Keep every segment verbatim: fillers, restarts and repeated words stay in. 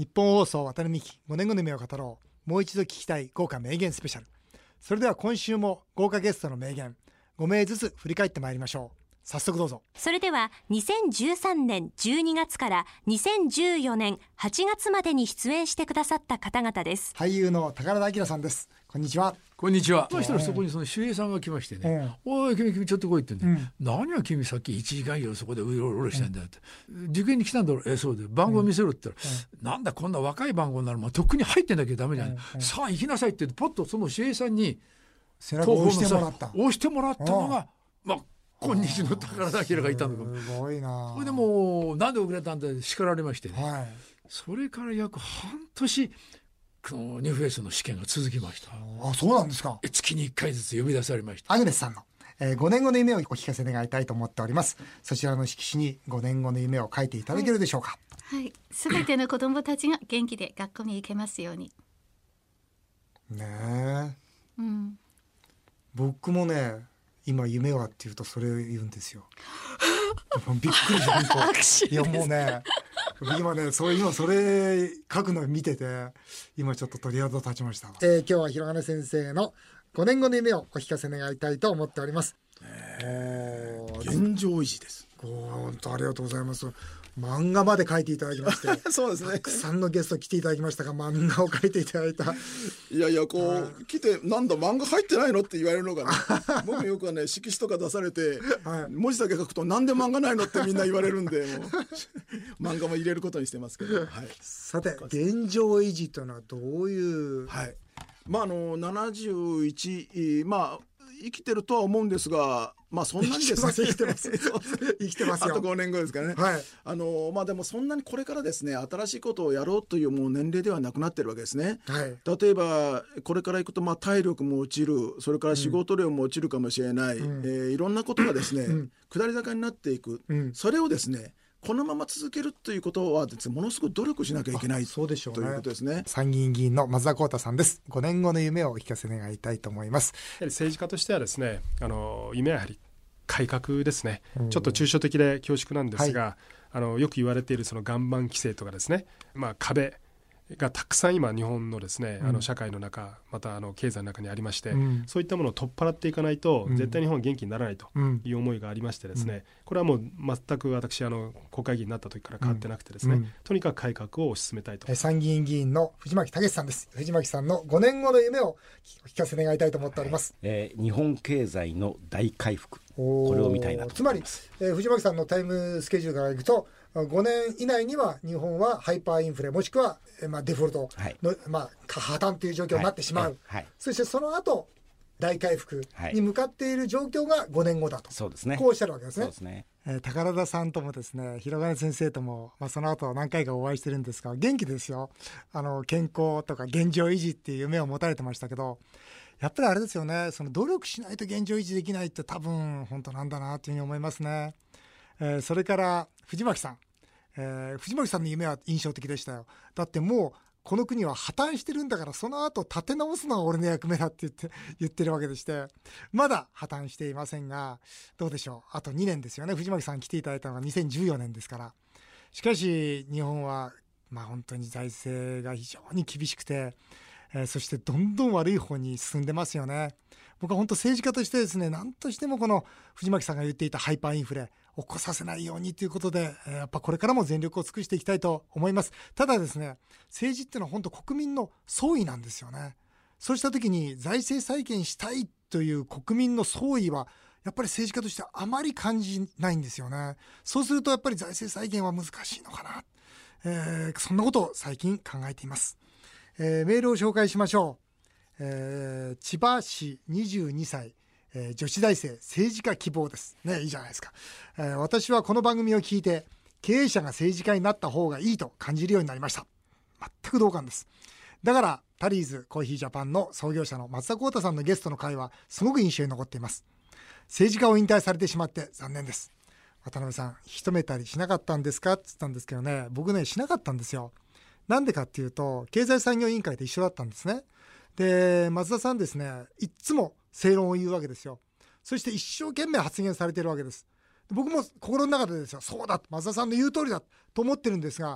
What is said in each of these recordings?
日本放送渡辺美希ごねんごの夢を語ろう、もう一度聞きたい豪華名言スペシャル。それでは今週も豪華ゲストの名言ご名ずつ振り返ってまいりましょう。早速どうぞ。 それではにせんじゅうさんねんじゅうにがつからにせんじゅうよねんはちがつまでに出演してくださった方々です。 俳優の宝田明さんです。こんにちは。 こんにちは。そしたらそこにその守衛さんが来ましてね、うん、おい君君ちょっと来いって言うんで、うん、何は君さっきいちじかん以上そこでうろうろしたんだって、うん、受験に来たんだろう。えそうで番号見せろって言ったら、うん、なんだこんな若い番号になる、まあ、とっくに入ってなきゃダメじゃない、うんうん、さあ行きなさいって言ってポッとその守衛さんに背中を押してもらった押してもらったのが、まあ今日の宝田明がいたのかも。 すごいな。 それでもうなんで遅れたんだって叱られまして、ね、 はい、それから約半年このニューフェイスの試験が続きました。 あ、そうなんですか。 月にいっかいずつ呼び出されました。 アグネスさんの、えー、ごねんごの夢をお聞かせ願いたいと思っております。そちらの色紙にごねんごの夢を書いていただけるでしょうか。 はい、すべ、はい、ての子どもたちが元気で学校に行けますように。 ねえ、 うん、 僕もね今夢はっていうとそれを言うんですよ。びっくりした。いやもうね今ねそれ今それ書くのを見てて今ちょっと鳥肌立ちました。えー、今日は広金先生のごねんごの夢をお聞かせ願いたいと思っております。 えー、現状維持です。 本当ありがとうございます。漫画まで書いていただきましてそうですね、 たくさんのゲスト来ていただきましたが漫画を書いていただいた。 いやいやこう来てなんだ漫画入ってないのって言われるのがね僕よくはね色紙とか出されて、はい、文字だけ書くとなんで漫画ないのってみんな言われるんでもう漫画も入れることにしてますけど、はい、 さて現状維持というのはどういう、 はい、まああのななじゅういち、まあ生きてるとは思うんですが、まあそんなにですね生きてます生きてますよ。 あとごねんごですからね、はい、あのまあでもそんなにこれからですね新しいことをやろうというもう年齢ではなくなってるわけですね、はい、例えばこれからいくとまあ体力も落ちる、それから仕事量も落ちるかもしれない、うん、えー、いろんなことがですね、うん、下り坂になっていく、うん、それをですねこのまま続けるということはですねものすごく努力しなきゃいけない、 そうでしょうね、 ということですね。 参議院議員の松田光太さんです。ごねんごの夢をお聞かせ願いたいと思います。 やはり政治家としてはですねあの夢はやはり改革ですね、うん、ちょっと抽象的で恐縮なんですが、はい、あのよく言われているその岩盤規制とかですね、まあ、壁がたくさん今日本のですね、うん、あの社会の中またあの経済の中にありまして、うん、そういったものを取っ払っていかないと、うん、絶対日本は元気にならないという思いがありましてですね、うん、これはもう全く私あの国会議員になった時から変わってなくてですね、うん、とにかく改革を推し進めたいと。 参議院議員の藤巻武さんです。藤巻さんのごねんごの夢をお聞かせ願いたいと思っております、 はい、えー、日本経済の大回復、これを見たいなと思います。 つまり、えー、藤巻さんのタイムスケジュールからいくとごねん以内には日本はハイパーインフレもしくは、えーまあ、デフォルトの、はい、まあ、破綻という状況になってしまう、はいはい、そしてその後大回復に向かっている状況がごねんごだと、 そうですね、 こうおっしゃるわけですね。 そうですね、 えー、宝田さんともですね広金先生とも、まあ、その後何回かお会いしてるんですが元気ですよ。あの健康とか現状維持っていう夢を持たれてましたけど、やっぱりあれですよね、その努力しないと現状維持できないって多分本当なんだなというふうに思いますね、えー、それから藤巻さん、えー、藤巻さんの夢は印象的でしたよ。だってもうこの国は破綻してるんだからその後立て直すのが俺の役目だって言って言ってるわけでして、まだ破綻していませんがどうでしょう、あとにねんですよね。藤巻さん来ていただいたのがにせんじゅうよねんですから。しかし日本はまあ本当に財政が非常に厳しくて、えー、そしてどんどん悪い方に進んでますよね。僕は本当政治家としてですね何としてもこの藤巻さんが言っていたハイパーインフレ起こさせないようにということで、えー、やっぱこれからも全力を尽くしていきたいと思います。ただですね政治ってのは本当国民の総意なんですよね。そうした時に財政再建したいという国民の総意はやっぱり政治家としてはあまり感じないんですよね。そうするとやっぱり財政再建は難しいのかな、えー、そんなことを最近考えています。えー、メールを紹介しましょう。えー、千葉市にじゅうにさい、えー、女子大生政治家希望ですね。いいじゃないですか、えー、私はこの番組を聞いて経営者が政治家になった方がいいと感じるようになりました。全く同感です。だからタリーズコーヒージャパンの創業者の松田光太さんのゲストの会はすごく印象に残っています。政治家を引退されてしまって残念です。渡辺さん引き止めたりしなかったんですかって言ったんですけどね、僕ねしなかったんですよ。なんでかっていうと経済産業委員会で一緒だったんですね。で松田さんですねいっつも正論を言うわけですよ。そして一生懸命発言されているわけです。僕も心の中でですよ、そうだ松田さんの言う通りだと思ってるんですが、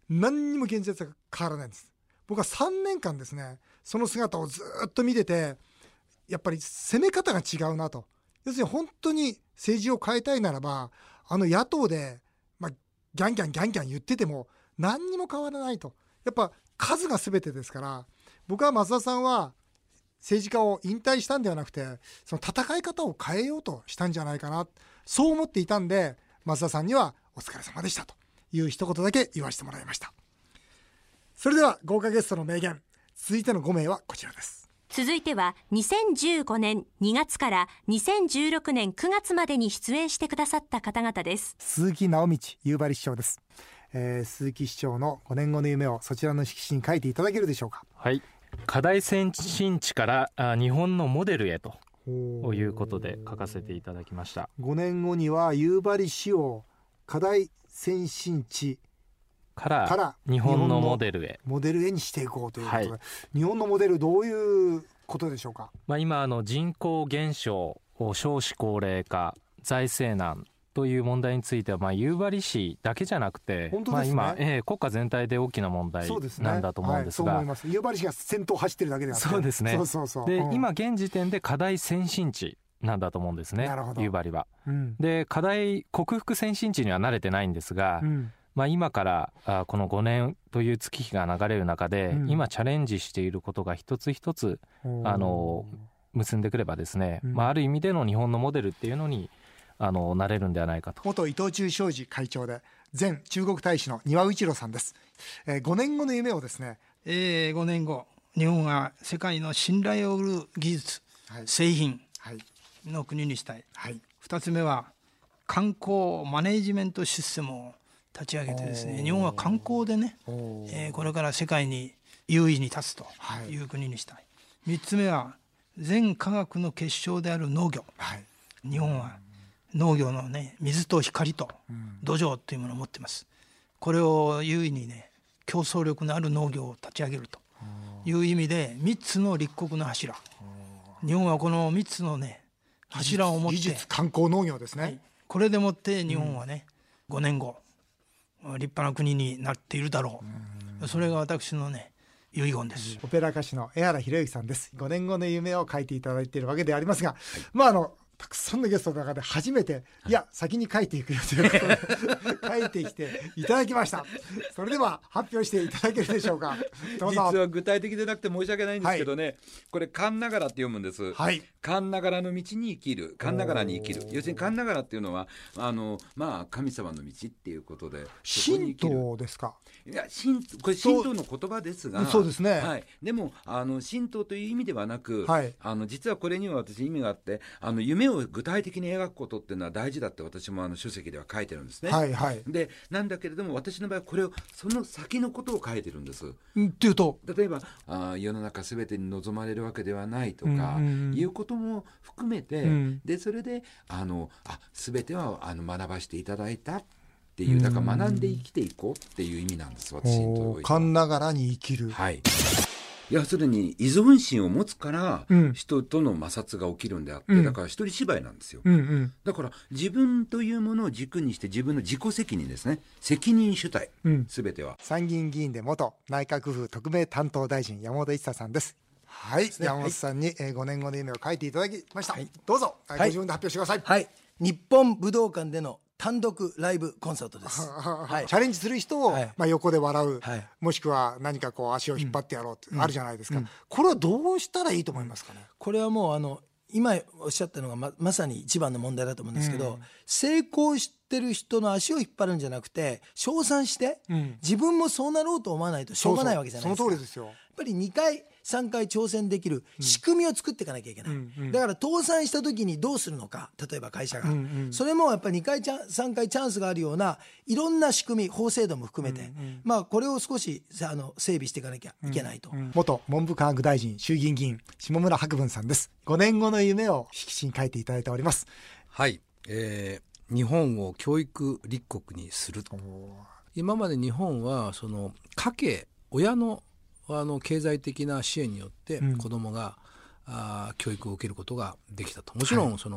何にも現実は変わらないんです。僕はさんねんかんですね、その姿をずっと見てて、やっぱり攻め方が違うなと。要するに本当に政治を変えたいならば、あの野党で、まあ、ギャンギャンギャンギャン言ってても何にも変わらないと。やっぱ数が全てですから、僕は増田さんは政治家を引退したんではなくて、その戦い方を変えようとしたんじゃないかな、そう思っていたんで、増田さんにはお疲れ様でしたという一言だけ言わせてもらいました。それでは豪華ゲストの名言、続いてのごめいはこちらです。 続いてはにせんじゅうごねんにがつからにせんじゅうろくねんくがつまでに出演してくださった方々です。 鈴木直道夕張市長です、えー、鈴木市長のごねんごの夢をそちらの色紙に書いていただけるでしょうか。 はい、課題先進地からあ日本のモデルへということで書かせていただきました。 ごねんごには夕張市を課題先進地から日本のモデルへモデルへにしていこうということで、はい、日本のモデル、どういうことでしょうか。 まあ、今あの人口減少、少子高齢化、財政難という問題については、まあ、夕張市だけじゃなくて、 本当ですね、 まあ、今、えー、国家全体で大きな問題なんだと思うんですが、 そうですね、はい、そう思います。夕張市が先頭走ってるだけではなくて、 そうですね、 そうそうそう、 で、 うん、 今現時点で課題先進地なんだと思うんですね、夕張は、うん、で課題克服先進地には慣れてないんですが、うん、まあ、今からあこのごねんという月日が流れる中で、うん、今チャレンジしていることが一つ一つあの結んでくればですね、うん、まあ、ある意味での日本のモデルっていうのにあのなれるんではないかと。 元伊藤忠商事会長で前中国大使の丹羽一郎さんです、えー、ごねんごの夢をですね、 えー、ごねんご日本が世界の信頼を売る技術、はい、製品の国にしたい、はい、ふたつめは観光マネージメントシステムを立ち上げてですね、日本は観光でね、えー、これから世界に優位に立つという国にしたい、はい、みっつめは全科学の結晶である農業、はい、日本は農業のね、水と光と土壌というものを持っています。これを優位にね、競争力のある農業を立ち上げるという意味でみっつの立国の柱、日本はこのみっつのね柱を持って、 技術、観光、農業ですね、はい、 これでもって日本はね、うん、ごねんご立派な国になっているだろう、それが私のね遺言です。 オペラ歌手の江原弘之さんです。ごねんごの夢を書いていただいているわけでありますが、はい、まああのたくさんのゲストの中で初めて、いや先に書いていくよということで書いてきていただきました。それでは発表していただけるでしょうか。 どうぞ。実は具体的でなくて申し訳ないんですけどね、はい、これカンナガラって読むんです、はい、カンナガラの道に生きる、カンナガラに生きる、要するにカンナガラっていうのはあの、まあ、神様の道っていうことで、 神道ですか。 いや、神これ神道の言葉ですが、 そうですね、 はい、でもあの神道という意味ではなく、はい、あの実はこれには私意味があって、あの夢を具体的に描くことっていうのは大事だって私もあの書籍では書いてるんですね、はいはい、でなんだけれども私の場合これをその先のことを書いてるんです。 っていうと、 例えばあ世の中すべてに望まれるわけではないとか、うんうん、いうことも含めて、うん、でそれであのあすべてはあの学ばせていただいたっていう、だから学んで生きていこうっていう意味なんです。私にとってかんながらに生きる、 はい、要するに依存心を持つから人との摩擦が起きるんであって、うん、だから一人芝居なんですよ、うんうん、だから自分というものを軸にして自分の自己責任ですね、責任主体、うん、全ては。 参議院議員で元内閣府特命担当大臣山本一太さんです。はい、山本さんにごねんごの夢を書いていただきました、はい、どうぞ、はい、ご自分で発表してください。 はい、日本武道館での単独ライブコンサートです、 はい、チャレンジする人を、はい、まあ、横で笑う、はい、もしくは何かこう足を引っ張ってやろうって、うん、あるじゃないですか、うん、これはどうしたらいいと思いますかね。 これはもうあの今おっしゃったのが ま, まさに一番の問題だと思うんですけど、うん、成功してる人の足を引っ張るんじゃなくて称賛して、うん、自分もそうなろうと思わないとしょうがないわけじゃないですか。 そうそう、その通りですよ。 やっぱりにかいさんかい挑戦できる仕組みを作っていかなきゃいけない、うんうん、だから倒産した時にどうするのか、例えば会社が、うんうん、それもやっぱりにかいさんかいチャンスがあるようないろんな仕組み、法制度も含めて、うんうん、まあ、これを少しあの整備していかなきゃいけないと、うんうん、 元文部科学大臣衆議院議員下村博文さんです。ごねんごの夢を色紙に書いていただいております。 はい、えー、日本を教育立国にすると。今まで日本はその家計、親のあの経済的な支援によって子どもが、うん、あ教育を受けることができたと。もちろんその、はい、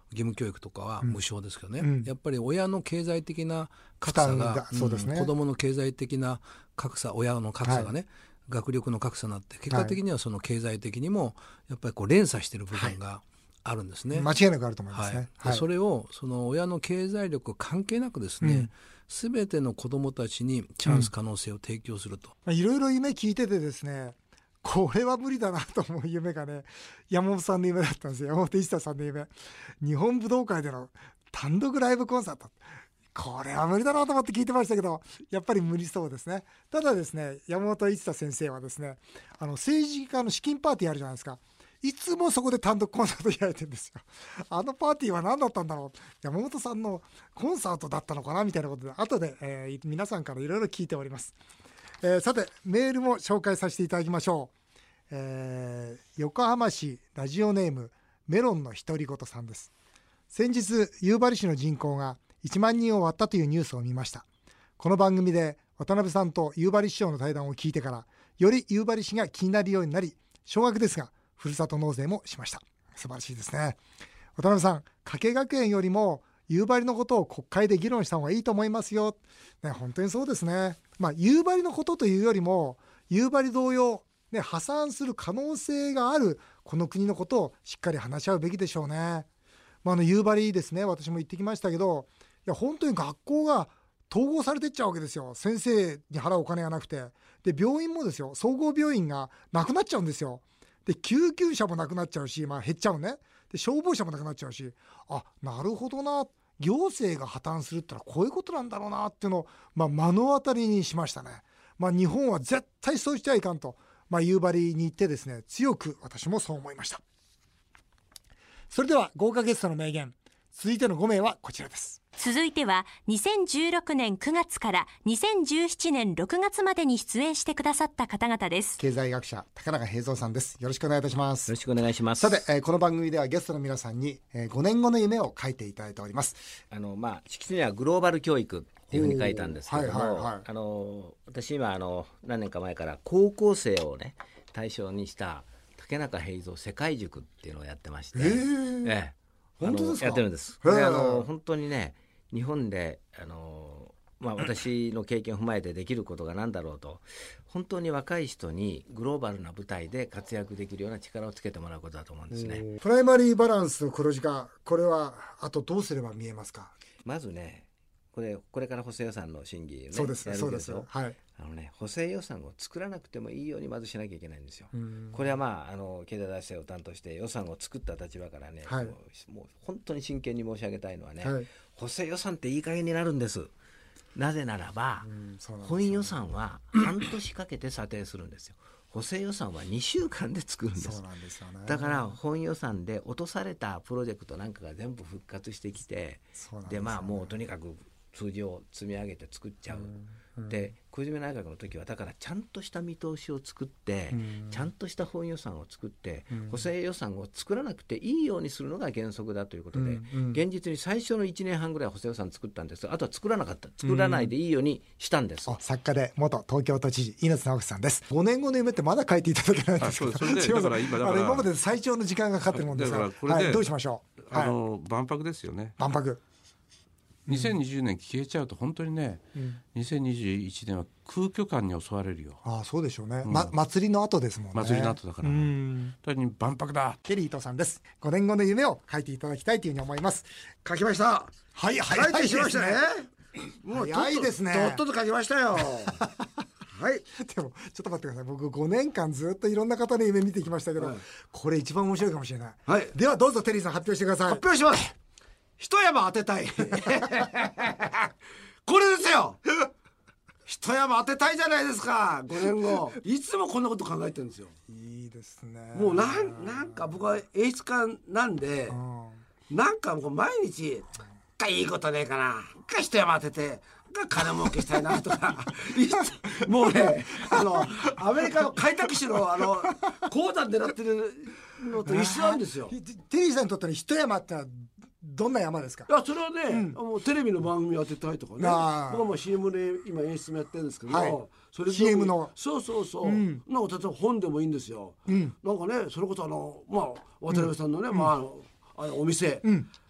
義務教育とかは無償ですけどね、うん、やっぱり親の経済的な格差が、そうですね、うん、子どもの経済的な格差、親の格差がね、はい、学力の格差になって結果的にはその経済的にもやっぱりこう連鎖している部分があるんですね、 はい、間違いなくあると思いますね、 はいはい、それをその親の経済力関係なくですね、すべ、うん、ての子どもたちにチャンス可能性を提供すると、 うん、いろいろ夢聞いててですね、これは無理だなと思う夢がね、山本さんの夢だったんですよ。山本一太さんの夢、日本武道会での単独ライブコンサート、これは無理だなと思って聞いてましたけど、やっぱり無理そうですね。ただですね、山本一太先生はですね、あの政治家の資金パーティーあるじゃないですか、いつもそこで単独コンサート開いてるんですよ。あのパーティーは何だったんだろう、山本さんのコンサートだったのかなみたいなことで、後で、えー、皆さんからいろいろ聞いております。えー、さてメールも紹介させていただきましょう。えー、横浜市ラジオネームメロンの独り言さんです。先日夕張市の人口がいちまんにんを割ったというニュースを見ました。この番組で渡辺さんと夕張市長の対談を聞いてからより夕張市が気になるようになり、少額ですがふるさと納税もしました。素晴らしいですね。渡辺さん、加計学園よりも夕張のことを国会で議論した方がいいと思いますよ、ね、本当にそうですね。まあ夕張のことというよりも夕張同様ね、破産する可能性があるこの国のことをしっかり話し合うべきでしょうね。まあ、あの夕張ですね、私も行ってきましたけど、いや本当に学校が統合されてっちゃうわけですよ。先生に払うお金がなくて、で病院もですよ、総合病院がなくなっちゃうんですよ。で救急車もなくなっちゃうし、まあ、減っちゃうね。で消防車もなくなっちゃうし、あ、なるほどな、行政が破綻するってのはこういうことなんだろうなっていうのを、まあ、目の当たりにしましたね。まあ、日本は絶対そうしてはいかんと、まあ、夕張に行ってですね、強く私もそう思いました。それでは豪華ゲストの名言、続いてのごめいはこちらです。 続いてはにせんじゅうろくねんくがつからにせんじゅうななねんろくがつまでに出演してくださった方々です。 経済学者高中平蔵さんです。よろしくお願いいたします。 よろしくお願いします。 さて、えー、この番組ではゲストの皆さんに、えー、ごねんごの夢を書いていただいております。 あの、まあ、色紙にはグローバル教育っていうふうに書いたんですけども、はいはいはい、あの私今あの何年か前から高校生をね対象にした竹中平蔵世界塾っていうのをやってまして、えーえー、本当ですか？ やってるんです。であの本当にね、日本であの、まあ、私の経験を踏まえてできることが何だろうと、本当に若い人にグローバルな舞台で活躍できるような力をつけてもらうことだと思うんですね。 プライマリーバランスの黒字化、これはあとどうすれば見えますか？ まずね、これこれから補正予算の審議を、ね、 そうですそうです、はい、 あのね、補正予算を作らなくてもいいようにまずしなきゃいけないんですよ。これはまあ、あの経済財政を担当して予算を作った立場からね、はい、もう、もう本当に真剣に申し上げたいのはね、はい、補正予算っていい加減になるんです。なぜならば、本予算は半年かけて査定するんですよ。補正予算はにしゅうかんで作るんです。 そうなんですよね。 だから本予算で落とされたプロジェクトなんかが全部復活してきて、で、まあもうとにかく数字を積み上げて作っちゃう、うん、で小泉内閣の時はだからちゃんとした見通しを作って、うん、ちゃんとした本予算を作って、うん、補正予算を作らなくていいようにするのが原則だということで、うんうん、現実に最初のいちねんはんぐらい補正予算作ったんですが、あとは作らなかった、作らないでいいようにしたんです、 うん、作家で元東京都知事猪瀬直樹さんです。ごねんごの夢ってまだ書いていただけないんですけど、今まで最長の時間がかかってるもんですが、はい、どうしましょう。 あの、はい、万博ですよね。 万博にせんにじゅうねん消えちゃうと本当にね、うん、にせんにじゅういちねんは空虚感に襲われるよ。 ああ、そうでしょうね、うん、ま、祭りの後ですもんね。 祭りの後だから、うん、とに万博だ。 ケリー伊藤さんです。ごねんごの夢を書いていただきたいというふうに思います。 書きました。 はい、 早いですね。書いてしましたね。 もう早いですね。 とっとと書きましたよ。はい、 でもちょっと待ってください。僕ごねんかんずっといろんな方の夢見てきましたけど、はい、これ一番面白いかもしれない、はい、ではどうぞテリーさん発表してください。 発表します。一山当てたい。これですよ。一山当てたいじゃないですか。ごねんごいつもこんなこと考えてるんですよ。 いいですね。 もうなん、なんか僕は演出家なんで、うん、なんかもう毎日いいことねえかな、か一山当てて金儲けしたいなとかもうね、あのアメリカの開拓使のあの鉱山狙ってるのと一緒なんですよ。 テリーさんにとっての一山ってのはどんな山ですか？ いや、それはね、うん、もうテレビの番組当てたいとかね、僕はもう シーエム で今演出もやってるんですけど、はい、それシーエム のそうそうそう、うん、なんか例えば本でもいいんですよ、うん、なんかね、それこそあのまあ渡辺さんのね、うん、まああのお店、うん、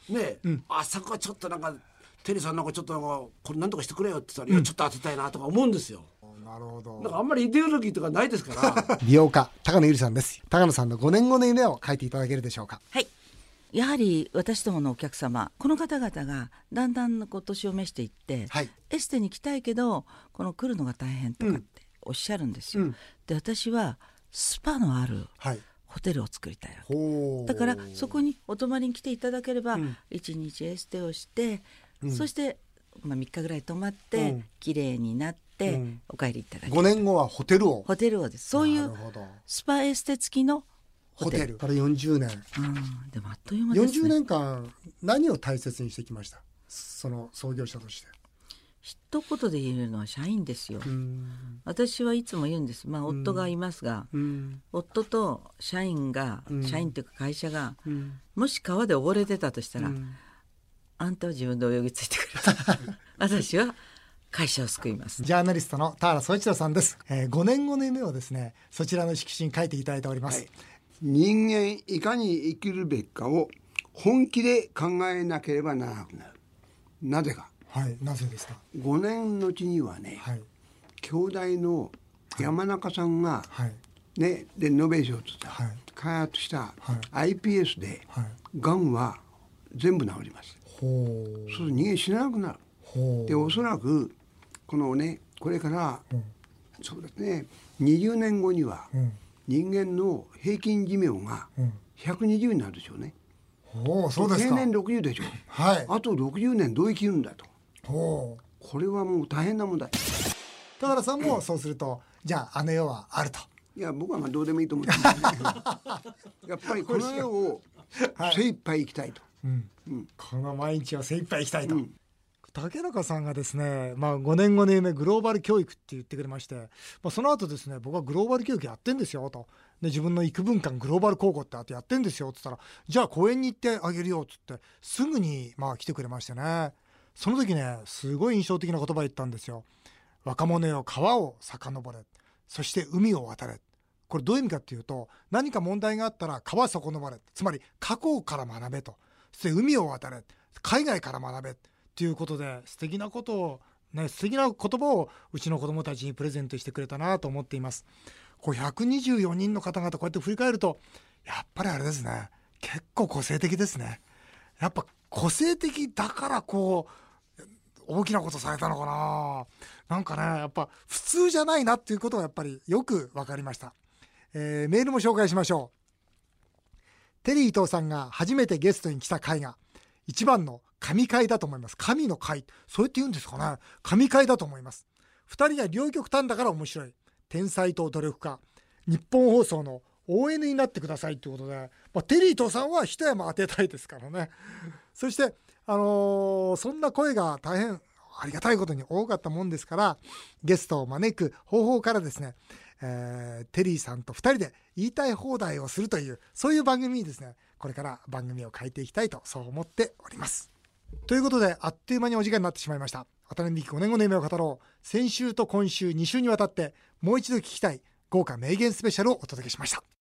ね、うん、あそこはちょっとなんかテリーさんなんかちょっとなんかこれなんとかしてくれよって言ったら、うん、いやちょっと当てたいなとか思うんですよ。 なるほど。 なんかあんまりイデオロギーとかないですから美容家高野由里さんです。高野さんのごねんごの夢を書いていただけるでしょうか。 はい、やはり私どものお客様、この方々がだんだんこう年を召していって、はい、エステに来たいけどこの来るのが大変とかっておっしゃるんですよ、うん、で私はスパのあるホテルを作りたいわけ、はい、だからそこにお泊まりに来ていただければ、うん、いちにちエステをして、うん、そして、まあ、みっかぐらい泊まって、うん、きれいになってうん、お帰りいただける。 ごねんごはホテルをホテルをです。そういうスパエステ付きのホテルホテルからよんじゅうねん、うん、 でもあっという間ですね。 よんじゅうねんかん何を大切にしてきました？その創業者として。 一言で言えるのは社員ですよ。私はいつも言うんです。まあ夫がいますが、夫と社員が、社員というか会社が、もし川で溺れてたとしたら、あんたは自分で泳ぎついてくれた私は会社を救います。 ジャーナリストの田原総一郎さんです、えー、ごねんごの夢をですね、そちらの色紙に書いていただいております、はい、 人間いかに生きるべきかを本気で考えなければならなくなる。なぜか。 はい、なぜですか。 ごねんのうちにはね、はい、兄弟の山中さんが、はいね、でノーベル賞を取った、はい、開発した アイピーエス で、はい、がんは全部治ります。ほう。そうすると人間死ななくなる。でおそらくこのねこれから、うん、そうですねにじゅうねんごには、うん、人間の平均寿命がひゃくにじゅうになるでしょうね、 うん、おそうですか。 定年ろくじゅうでしょう、はい、あとろくじゅうねんどう生きるんだと。ほうこれはもう大変な問題。 田原さんもそうするとじゃああの世はあると。 いや僕はまあどうでもいいと思ってます、ね、やっぱりこの世を精一杯生きたいと、はいうんうん、この毎日を精一杯生きたいと、うん竹中さんがですね、まあ、ごねんごの夢グローバル教育って言ってくれまして、まあ、その後ですね僕はグローバル教育やってんですよとで自分の幾分間グローバル高校ってあってやってんですよって言ったらじゃあ公園に行ってあげるよって言ってすぐにまあ来てくれましてね。その時ねすごい印象的な言葉言ったんですよ。若者よ川を遡れそして海を渡れ。これどういう意味かっていうと何か問題があったら川遡れつまり過去から学べとそして海を渡れ海外から学べということで素敵なことを、ね、素敵な言葉をうちの子どもたちにプレゼントしてくれたなと思っています。こうひゃくにじゅうよにんの方々こうやって振り返るとやっぱりあれですね結構個性的ですね。やっぱ個性的だからこう大きなことされたのかな。なんかねやっぱ普通じゃないなっていうことがやっぱりよく分かりました、えー、メールも紹介しましょう。テリー伊藤さんが初めてゲストに来た回が一番の神回だと思います。神の回そうやって言うんですかね。神回だと思います。二人が両極端だから面白い。天才と努力家日本放送の オーエヌ になってくださいということで、まあ、テリー伊藤さんは一山当てたいですからね。そして、あのー、そんな声が大変ありがたいことに多かったもんですからゲストを招く方法からですね、えー、テリーさんとふたりで言いたい放題をするというそういう番組にですねこれから番組を変えていきたいとそう思っております。ということであっという間にお時間になってしまいました。渡辺美希ごねんごの夢を語ろう。先週と今週に週にわたってもう一度聞きたい豪華名言スペシャルをお届けしました。